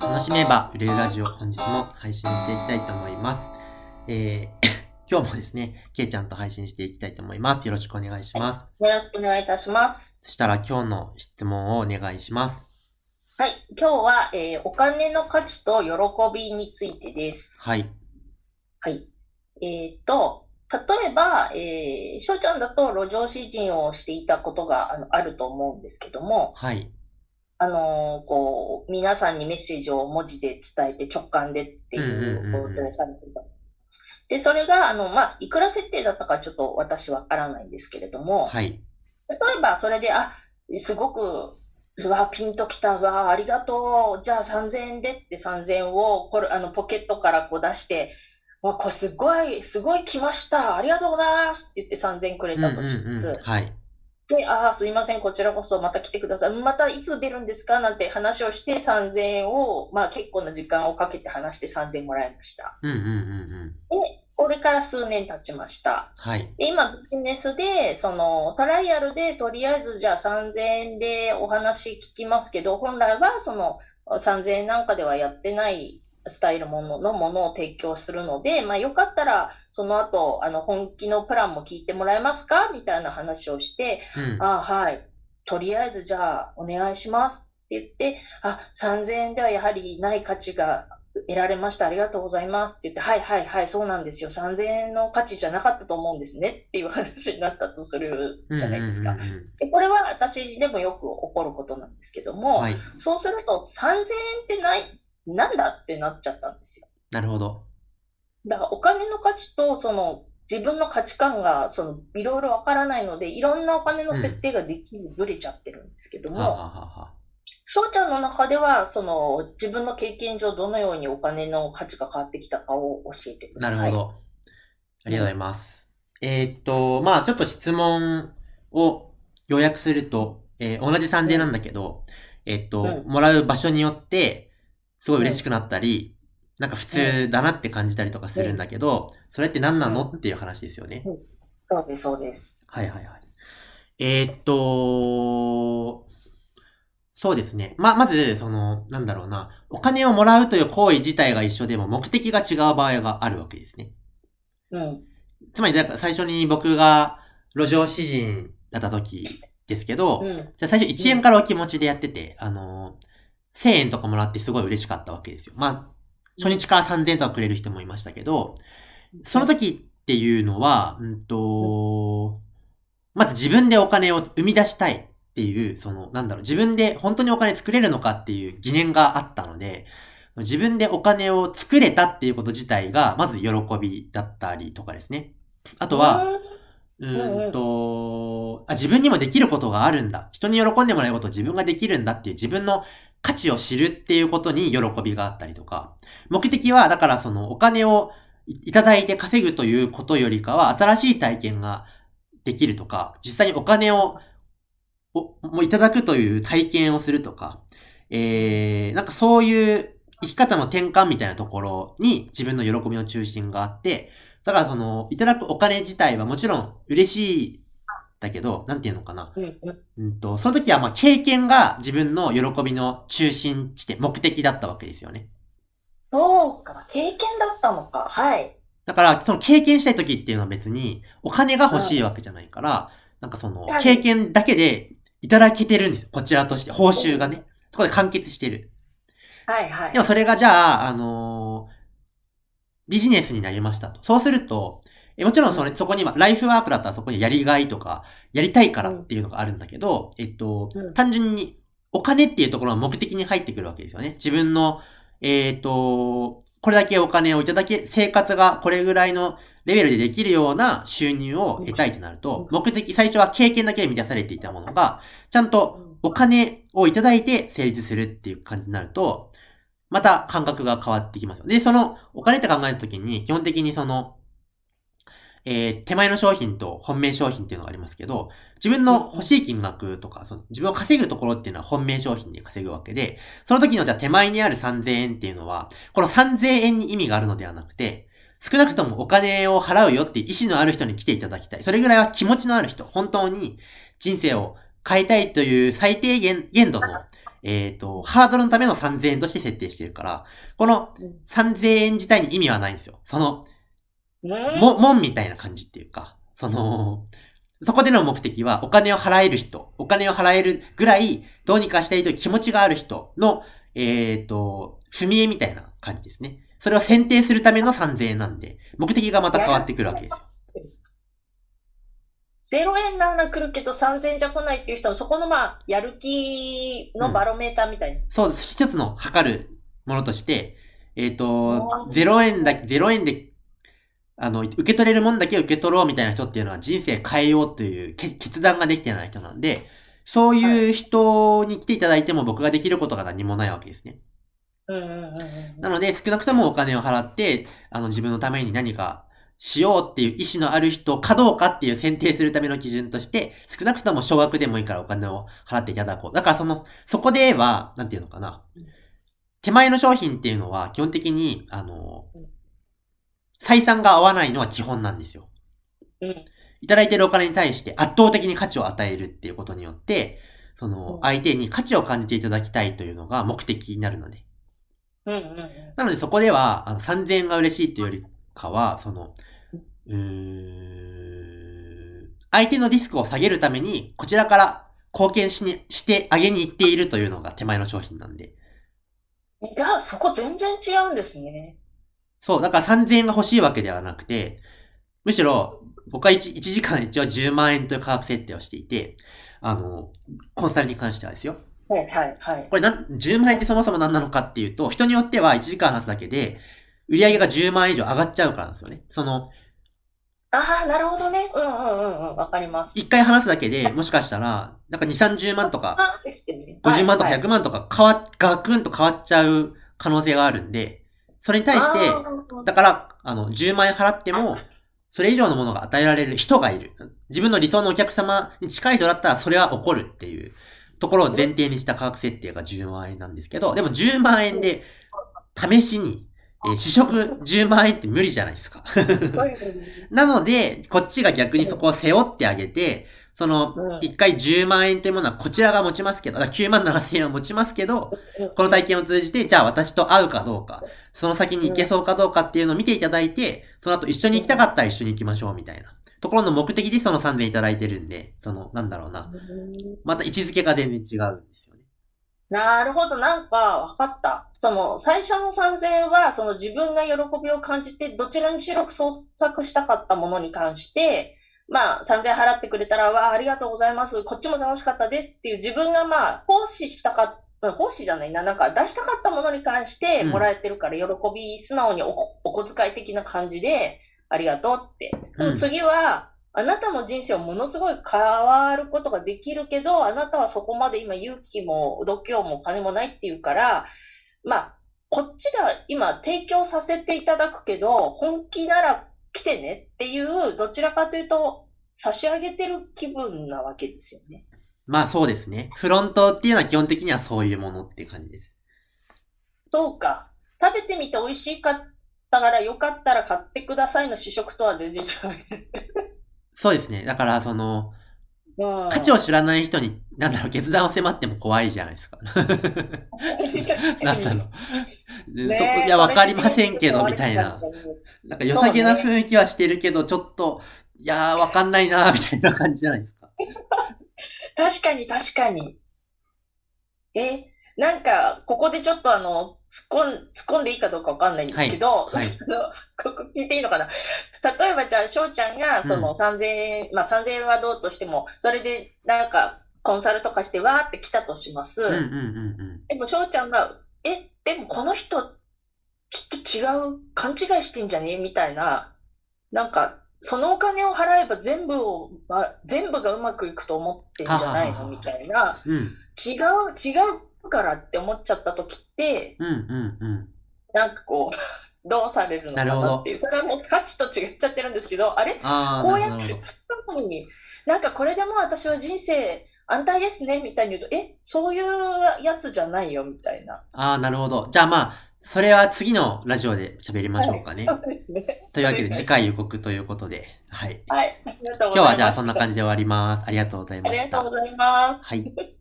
楽しめば売れるラジオ、本日も配信していきたいと思います。今日もですね、けいちゃんと配信していきたいと思います。よろしくお願いします。 よろしくお願いいたします。 そしたら今日の質問をお願いします。 はい。今日は、お金の価値と喜びについてです。 はい。 はい。例えば、翔ちゃんだと路上詩人をしていたことがあると思うんですけども、 はい。 皆さんにメッセージを文字で伝えて直感でっていうことをされていた。で、それが、いくら設定だったかちょっと私わからないんですけれども、 はい。 例えばそれで、すごく、ピンときた、ありがとう、じゃあ3000円でって3000円をポケットからこう出して、これすごい、すごい来ました、ありがとうございますって言って3000円くれたとします。 はい。 で、すいません、こちらこそまた来てください。またいつ出るんですかなんて話をして3000円を、結構な時間をかけて話して3000円もらいました。で、これから数年経ちました。 はい。 で、今ビジネスで、トライアルでとりあえずじゃあ3000円でお話聞きますけど、本来は3000円なんかではやってないスタイルのものを提供するので、よかったらその後、本気のプランも聞いてもらえますかみたいな話をして、はい。とりあえずじゃあお願いしますって言って、3000円ではやはりない価値が得られました。ありがとうございますって言って、はいはいはい、そうなんですよ。3000円の価値じゃなかったと思うんですねっていう話になったとするじゃないですか。でこれは私でもよく起こることなんですけども、 はい。 そうすると3000円ってなんだってなっちゃったんですよ。 なるほど。 だからお金の価値と自分の価値観がいろいろわからないので、いろんなお金の設定ができずぶれちゃってるんですけども、翔ちゃんの中では、自分の経験上どのようにお金の価値が変わってきたかを教えてください。 なるほど。ありがとうございます。ちょっと質問を要約すると、同じ3000なんだけど、もらう場所によって、すごい嬉しくなったり、なんか普通だなって感じたりとかするんだけど、それって何なのっていう話ですよね。 そうです、そうです。 はいはいはい。そうですね。まず、なんだろうな。お金をもらうという行為自体が一緒でも目的が違う場合があるわけですね。つまり、だから最初に僕が路上詩人だった時ですけど、じゃあ最初1円からお気持ちでやってて、1000円とかもらってすごい嬉しかったわけですよ。初日から3000円とかくれる人もいましたけど、その時っていうのは、まず自分でお金を生み出したいっていう、自分で本当にお金作れるのかっていう疑念があったので、自分でお金を作れたっていうこと自体が、まず喜びだったりとかですね。あとは、自分にもできることがあるんだ。人に喜んでもらえることを自分ができるんだっていう自分の価値を知るっていうことに喜びがあったりとか。目的は、だからお金をいただいて稼ぐということよりかは、新しい体験ができるとか、実際にお金をもういただくという体験をするとか、なんかそういう生き方の転換みたいなところに自分の喜びの中心があって、だからいただくお金自体はもちろん嬉しいだけど、なんていうのかな。その時は経験が自分の喜びの中心地点、目的だったわけですよね。 そうか、経験だったのか。はい。 だから、その経験したい時っていうのは別にお金が欲しいわけじゃないから、なんか経験だけでいただけてるんですよ。こちらとして。報酬がね。そこで完結してる。 はいはい。 でもそれがじゃあ、ビジネスになりましたと。そうすると、もちろんそこには、ライフワークだったらそこにやりがいとか、やりたいからっていうのがあるんだけど、単純にお金っていうところが目的に入ってくるわけですよね。自分の、これだけお金をいただけ、生活がこれぐらいのレベルでできるような収入を得たいとなると、目的、最初は経験だけで満たされていたものが、ちゃんとお金をいただいて成立するっていう感じになると、また感覚が変わってきますよ。で、お金って考えたときに、基本的に手前の商品と本命商品っていうのがありますけど、自分の欲しい金額とか、自分を稼ぐところっていうのは本命商品で稼ぐわけで、その時のじゃあ手前にある3000円っていうのは、この3000円に意味があるのではなくて、少なくともお金を払うよっていう意思のある人に来ていただきたい。それぐらいは気持ちのある人、本当に人生を変えたいという最低限度の、 ハードルのための3000円として設定してるから、この3000円自体に意味はないんですよ。門みたいな感じっていうか、そこでの目的はお金を払える人、お金を払えるぐらいどうにかしたいという気持ちがある人の、踏み絵みたいな感じですね。それを選定するための3000円なんで、目的がまた変わってくるわけですよ。 0円なら来るけど3000円じゃ来ないっていう人のそこのやる気のバロメーターみたいな。 そうです。一つの測るものとして、0円で、受け取れるもんだけ受け取ろうみたいな人っていうのは人生変えようという決断ができてない人なんで、そういう人に来ていただいても僕ができることが何もないわけですね。なので、少なくともお金を払って、自分のために何かしようっていう意思のある人かどうかっていう選定するための基準として、少なくとも少額でもいいからお金を払っていただこう。だからそこでは、なんていうのかな。手前の商品っていうのは基本的に、採算が合わないのは基本なんですよ。いただいているお金に対して圧倒的に価値を与えるっていうことによって、相手に価値を感じていただきたいというのが目的になるので。なのでそこでは、3000円が嬉しいというよりかは、相手のリスクを下げるために、こちらから貢献してあげに行っているというのが手前の商品なんで。 いや、そこ全然違うんですね。 そう、だから3000円が欲しいわけではなくて、むしろ、僕は1時間一応10万円という価格設定をしていて、コンサルに関してはですよ。これ10万円ってそもそも何なのかっていうと、人によっては1時間話すだけで、売り上げが10万円以上上がっちゃうからなんですよね。 なるほどね。わかります。 1回話すだけで、もしかしたら、なんか2、30万とか、50万とか100万とかガクンと変わっちゃう可能性があるんで、それに対して、だから、10万円払っても、それ以上のものが与えられる人がいる。自分の理想のお客様に近い人だったらそれは起こるっていうところを前提にした価格設定が10万円なんですけど、でも10万円で試しに、試食10万円って無理じゃないですか。なので、こっちが逆にそこを背負ってあげて、1回10万円というものはこちらが持ちますけど、9万7千円は持ちますけど、この体験を通じて、じゃあ私と会うかどうか、その先に行けそうかどうかっていうのを見ていただいて、その後一緒に行きたかったら一緒に行きましょうみたいなところの目的でその3000円いただいてるんで、なんだろうな。また位置づけが全然違うんですよね。 なるほど、なんか分かった。最初の3000円は、自分が喜びを感じて、どちらにしろ創作したかったものに関して、3000円払ってくれたら、ありがとうございます。こっちも楽しかったですっていう自分が奉仕じゃないな、なんか出したかったものに関してもらえてるから、喜び、素直にお小遣い的な感じで、ありがとうって。次は、あなたの人生をものすごい変わることができるけど、あなたはそこまで今勇気も度胸も金もないっていうから、こっちが今提供させていただくけど、本気なら来てねっていう、どちらかというと、差し上げてる気分なわけですよね。 そうですね。フロントっていうのは基本的にはそういうものっていう感じです。 そうか。食べてみて美味しかったからよかったら買ってくださいの試食とは全然違う。 そうですね。だから、価値を知らない人に、決断を迫っても怖いじゃないですか。なんだろう。いや、わかりませんけど、みたいな。なんか良さげな雰囲気はしてるけど、ちょっと、いやー、わかんないなー、みたいな感じじゃないですか。 確かに、確かに。なんか、ここでちょっと突っ込んでいいかどうかわかんないんですけど、ここ聞いていいのかな。例えばじゃあ、翔ちゃんが3000円、3000円はどうとしても、それでなんかコンサルとかしてわーって来たとします。でも翔ちゃんが、でもこの人、ちょっと違う、勘違いしてんじゃねみたいな、なんか、そのお金を払えば全部がうまくいくと思ってんじゃないのみたいな、違うからって思っちゃった時って、なんかこう、どうされるのかなっていう、それはもう価値と違っちゃってるんですけど、こうやってたのに、なんかこれでも私は人生安泰ですねみたいに言うと、そういうやつじゃないよみたいな。 なるほど。じゃあそれは次のラジオで喋りましょうかね。 そうですね。 というわけで次回予告ということで、はい。 はい。 今日はじゃあそんな感じで終わります。ありがとうございました。 ありがとうございます。 はい。